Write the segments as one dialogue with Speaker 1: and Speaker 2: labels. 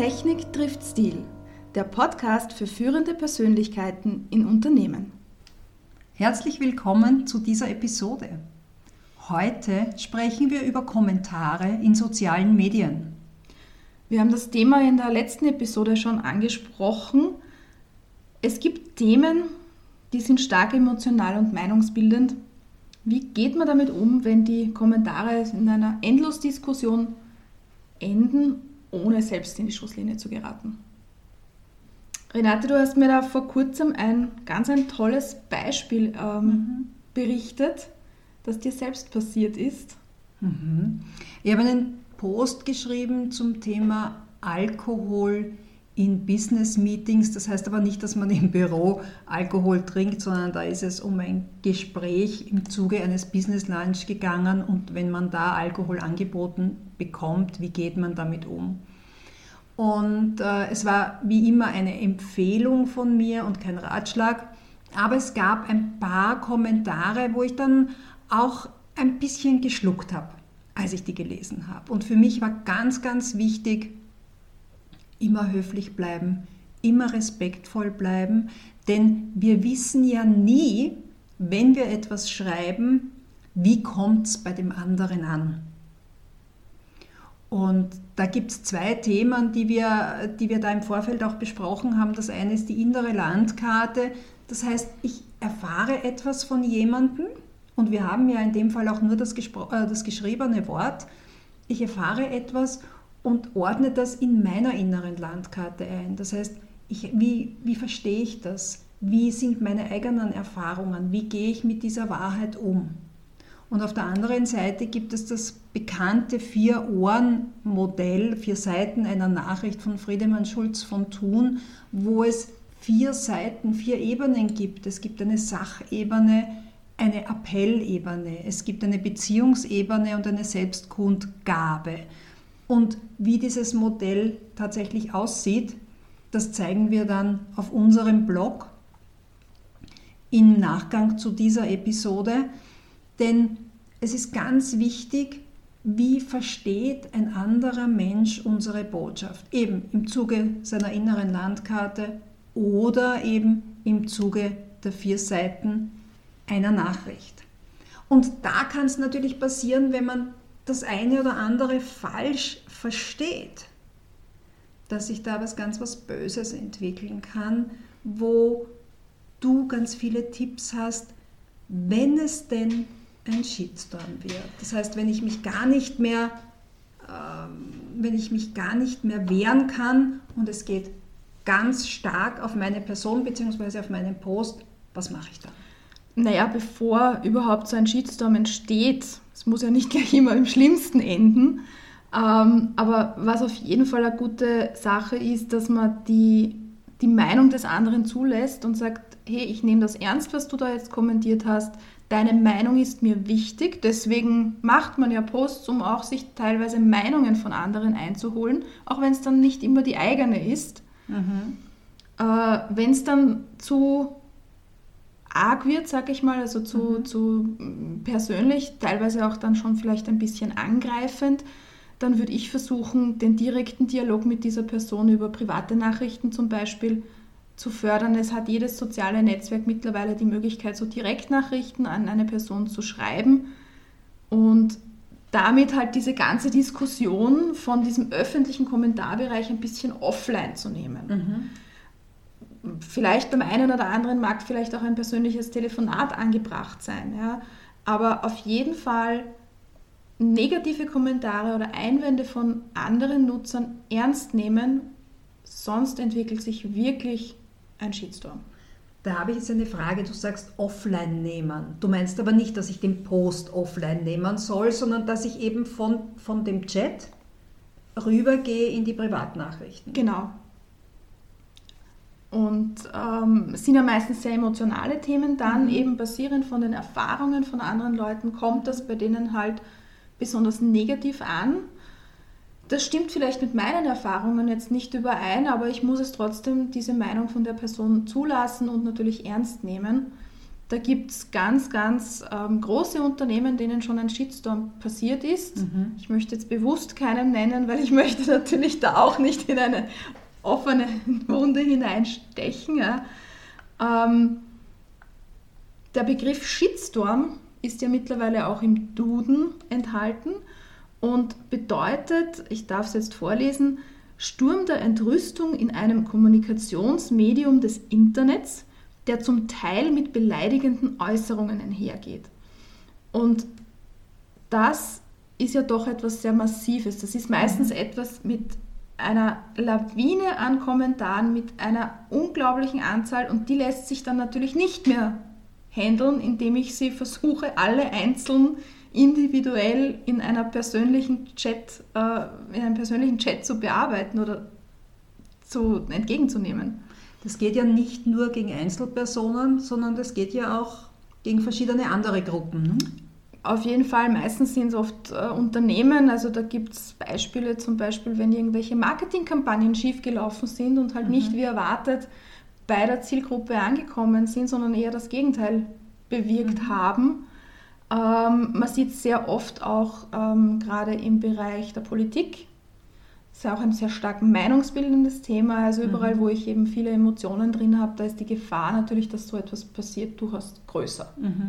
Speaker 1: Technik trifft Stil, der Podcast für führende Persönlichkeiten in Unternehmen.
Speaker 2: Herzlich willkommen zu dieser Episode. Heute sprechen wir über Kommentare in sozialen Medien.
Speaker 1: Wir haben das Thema in der letzten Episode schon angesprochen. Es gibt Themen, die sind stark emotional und meinungsbildend. Wie geht man damit um, wenn die Kommentare in einer Endlosdiskussion enden, ohne selbst in die Schusslinie zu geraten? Renate, du hast mir da vor kurzem ein tolles Beispiel berichtet, das dir selbst passiert ist.
Speaker 2: Ich habe einen Post geschrieben zum Thema Alkohol in Business-Meetings. Das heißt aber nicht, dass man im Büro Alkohol trinkt, sondern da ist es um ein Gespräch im Zuge eines Business-Lunch gegangen. Und wenn man da Alkohol angeboten bekommt, wie geht man damit um? Und es war wie immer eine Empfehlung von mir und kein Ratschlag. Aber es gab ein paar Kommentare, wo ich dann auch ein bisschen geschluckt habe, als ich die gelesen habe. Und für mich war ganz, ganz wichtig, immer höflich bleiben, immer respektvoll bleiben, denn wir wissen ja nie, wenn wir etwas schreiben, wie kommt es bei dem anderen an. Und da gibt es zwei Themen, die wir da im Vorfeld auch besprochen haben. Das eine ist die innere Landkarte, das heißt, ich erfahre etwas von jemandem und wir haben ja in dem Fall auch nur das geschriebene Wort. Ich erfahre etwas und ordne das in meiner inneren Landkarte ein. Das heißt, wie verstehe ich das? Wie sind meine eigenen Erfahrungen? Wie gehe ich mit dieser Wahrheit um? Und auf der anderen Seite gibt es das bekannte 4-Ohren-Modell, 4 Seiten einer Nachricht von Friedemann Schulz von Thun, wo es 4 Seiten, 4 Ebenen gibt. Es gibt eine Sachebene, eine Appellebene, es gibt eine Beziehungsebene und eine Selbstkundgabe. Und wie dieses Modell tatsächlich aussieht, das zeigen wir dann auf unserem Blog im Nachgang zu dieser Episode. Denn es ist ganz wichtig, wie versteht ein anderer Mensch unsere Botschaft. Eben im Zuge seiner inneren Landkarte oder eben im Zuge der 4 Seiten einer Nachricht. Und da kann es natürlich passieren, wenn man das eine oder andere falsch versteht, dass sich da was Böses entwickeln kann, wo du ganz viele Tipps hast, wenn es denn ein Shitstorm wird. Das heißt, wenn ich mich gar nicht mehr wehren kann und es geht ganz stark auf meine Person bzw. auf meinen Post, was mache ich dann?
Speaker 1: Naja, bevor überhaupt so ein Shitstorm entsteht, es muss ja nicht gleich immer im Schlimmsten enden, aber was auf jeden Fall eine gute Sache ist, dass man die Meinung des anderen zulässt und sagt, hey, ich nehme das ernst, was du da jetzt kommentiert hast, deine Meinung ist mir wichtig, deswegen macht man ja Posts, um auch sich teilweise Meinungen von anderen einzuholen, auch wenn es dann nicht immer die eigene ist. Wenn es dann zu arg wird, sag ich mal, also zu persönlich, teilweise auch dann schon vielleicht ein bisschen angreifend, dann würde ich versuchen, den direkten Dialog mit dieser Person über private Nachrichten zum Beispiel zu fördern. Es hat jedes soziale Netzwerk mittlerweile die Möglichkeit, so Direktnachrichten an eine Person zu schreiben und damit halt diese ganze Diskussion von diesem öffentlichen Kommentarbereich ein bisschen offline zu nehmen. Vielleicht beim einen oder anderen mag vielleicht auch ein persönliches Telefonat angebracht sein, ja? Aber auf jeden Fall negative Kommentare oder Einwände von anderen Nutzern ernst nehmen, sonst entwickelt sich wirklich ein Shitstorm.
Speaker 2: Da habe ich jetzt eine Frage, du sagst offline nehmen. Du meinst aber nicht, dass ich den Post offline nehmen soll, sondern dass ich eben von dem Chat rübergehe in die Privatnachrichten.
Speaker 1: Genau. Und es sind ja meistens sehr emotionale Themen dann, eben basierend von den Erfahrungen von anderen Leuten, kommt das bei denen halt besonders negativ an. Das stimmt vielleicht mit meinen Erfahrungen jetzt nicht überein, aber ich muss es trotzdem, diese Meinung von der Person zulassen und natürlich ernst nehmen. Da gibt es ganz, ganz große Unternehmen, denen schon ein Shitstorm passiert ist. Ich möchte jetzt bewusst keinen nennen, weil ich möchte natürlich da auch nicht in eine offene Wunde hineinstechen. Ja. Der Begriff Shitstorm ist ja mittlerweile auch im Duden enthalten und bedeutet, ich darf es jetzt vorlesen, Sturm der Entrüstung in einem Kommunikationsmedium des Internets, der zum Teil mit beleidigenden Äußerungen einhergeht. Und das ist ja doch etwas sehr Massives. Das ist meistens etwas mit einer Lawine an Kommentaren, mit einer unglaublichen Anzahl und die lässt sich dann natürlich nicht mehr handeln, indem ich sie versuche, alle einzeln individuell in einem persönlichen Chat zu bearbeiten oder entgegenzunehmen.
Speaker 2: Das geht ja nicht nur gegen Einzelpersonen, sondern das geht ja auch gegen verschiedene andere Gruppen. Ne?
Speaker 1: Auf jeden Fall, meistens sind es oft Unternehmen, also da gibt es Beispiele, zum Beispiel, wenn irgendwelche Marketingkampagnen schiefgelaufen sind und halt nicht wie erwartet bei der Zielgruppe angekommen sind, sondern eher das Gegenteil bewirkt haben. Man sieht es sehr oft auch gerade im Bereich der Politik. Das ist ja auch ein sehr stark meinungsbildendes Thema. Also überall, wo ich eben viele Emotionen drin habe, da ist die Gefahr natürlich, dass so etwas passiert, durchaus größer.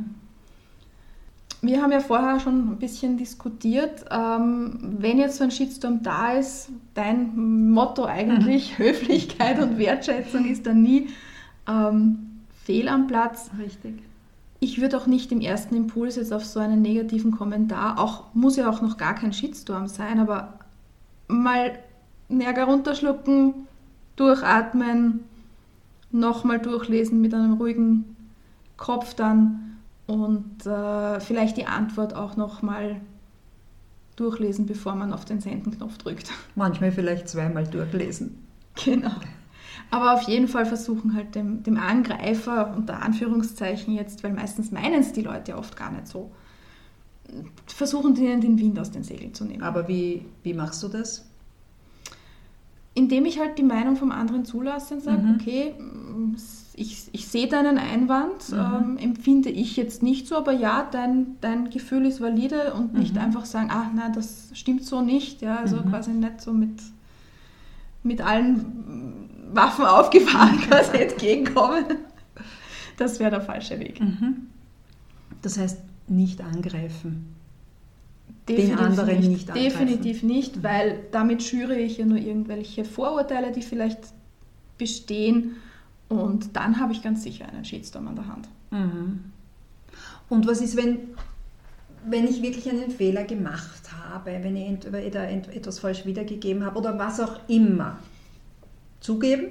Speaker 1: Wir haben ja vorher schon ein bisschen diskutiert, wenn jetzt so ein Shitstorm da ist, dein Motto eigentlich, Höflichkeit und Wertschätzung ist dann nie fehl am Platz.
Speaker 2: Richtig.
Speaker 1: Ich würde auch nicht im ersten Impuls jetzt auf so einen negativen Kommentar, muss ja auch noch gar kein Shitstorm sein, aber mal einen Ärger runterschlucken, durchatmen, nochmal durchlesen mit einem ruhigen Kopf dann und vielleicht die Antwort auch nochmal durchlesen, bevor man auf den Senden-Knopf drückt.
Speaker 2: Manchmal vielleicht zweimal durchlesen.
Speaker 1: Genau. Aber auf jeden Fall versuchen halt dem Angreifer, unter Anführungszeichen jetzt, weil meistens meinen es die Leute oft gar nicht so, versuchen denen den Wind aus den Segeln zu nehmen.
Speaker 2: Aber wie machst du das?
Speaker 1: Indem ich halt die Meinung vom anderen zulasse und sage, okay, ich sehe deinen Einwand, empfinde ich jetzt nicht so, aber ja, dein Gefühl ist valide und nicht einfach sagen, nein, das stimmt so nicht, ja, also quasi nicht so mit allen Waffen aufgefahren quasi entgegenkommen. Das wäre der falsche Weg.
Speaker 2: Das heißt, nicht angreifen.
Speaker 1: Definitiv
Speaker 2: den anderen nicht angreifen.
Speaker 1: Definitiv nicht, weil damit schüre ich ja nur irgendwelche Vorurteile, die vielleicht bestehen und dann habe ich ganz sicher einen Shitstorm an der Hand.
Speaker 2: Und was ist, wenn ich wirklich einen Fehler gemacht habe, wenn ich etwas falsch wiedergegeben habe oder was auch immer? Zugeben?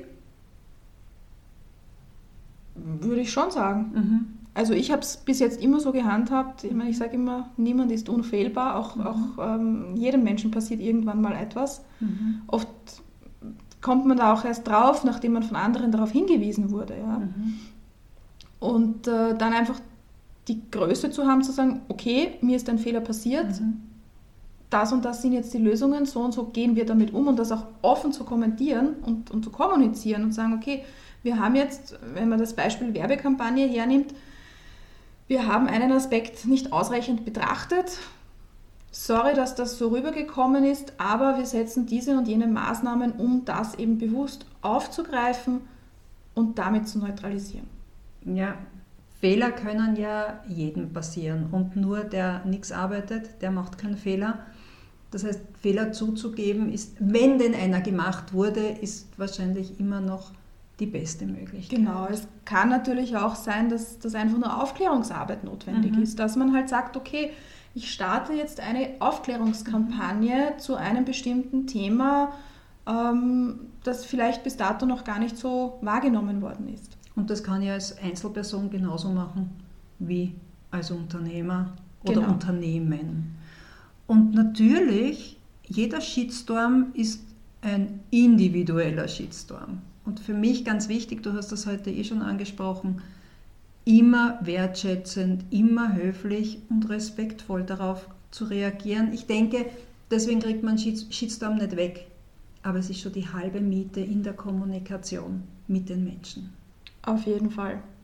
Speaker 1: Würde ich schon sagen. Also ich habe es bis jetzt immer so gehandhabt. Ich meine, ich sage immer, niemand ist unfehlbar. Auch jedem Menschen passiert irgendwann mal etwas. Oft kommt man da auch erst drauf, nachdem man von anderen darauf hingewiesen wurde. Ja. Und dann einfach die Größe zu haben, zu sagen, okay, mir ist ein Fehler passiert, das und das sind jetzt die Lösungen, so und so gehen wir damit um und das auch offen zu kommentieren und zu kommunizieren und sagen, okay, wir haben jetzt, wenn man das Beispiel Werbekampagne hernimmt, wir haben einen Aspekt nicht ausreichend betrachtet. Sorry, dass das so rübergekommen ist, aber wir setzen diese und jene Maßnahmen, um das eben bewusst aufzugreifen und damit zu neutralisieren.
Speaker 2: Ja, Fehler können ja jedem passieren und nur der nichts arbeitet, der macht keinen Fehler. Das heißt, Fehler zuzugeben ist, wenn denn einer gemacht wurde, ist wahrscheinlich immer noch die beste Möglichkeit.
Speaker 1: Genau, es kann natürlich auch sein, dass einfach nur Aufklärungsarbeit notwendig ist, dass man halt sagt, okay, ich starte jetzt eine Aufklärungskampagne zu einem bestimmten Thema, das vielleicht bis dato noch gar nicht so wahrgenommen worden ist.
Speaker 2: Und das kann ich als Einzelperson genauso machen wie als Unternehmer oder Unternehmen. Und natürlich, jeder Shitstorm ist ein individueller Shitstorm. Und für mich ganz wichtig, du hast das heute schon angesprochen, immer wertschätzend, immer höflich und respektvoll darauf zu reagieren. Ich denke, deswegen kriegt man Shitstorm nicht weg. Aber es ist schon die halbe Miete in der Kommunikation mit den Menschen.
Speaker 1: Auf jeden Fall.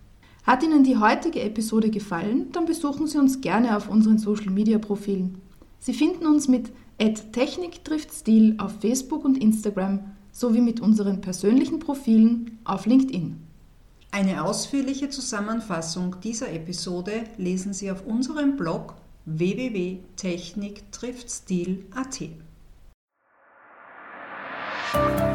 Speaker 1: Hat Ihnen die heutige Episode gefallen, dann besuchen Sie uns gerne auf unseren Social-Media-Profilen. Sie finden uns mit @techniktriftstil auf Facebook und Instagram sowie mit unseren persönlichen Profilen auf LinkedIn.
Speaker 2: Eine ausführliche Zusammenfassung dieser Episode lesen Sie auf unserem Blog www.techniktriftstil.at.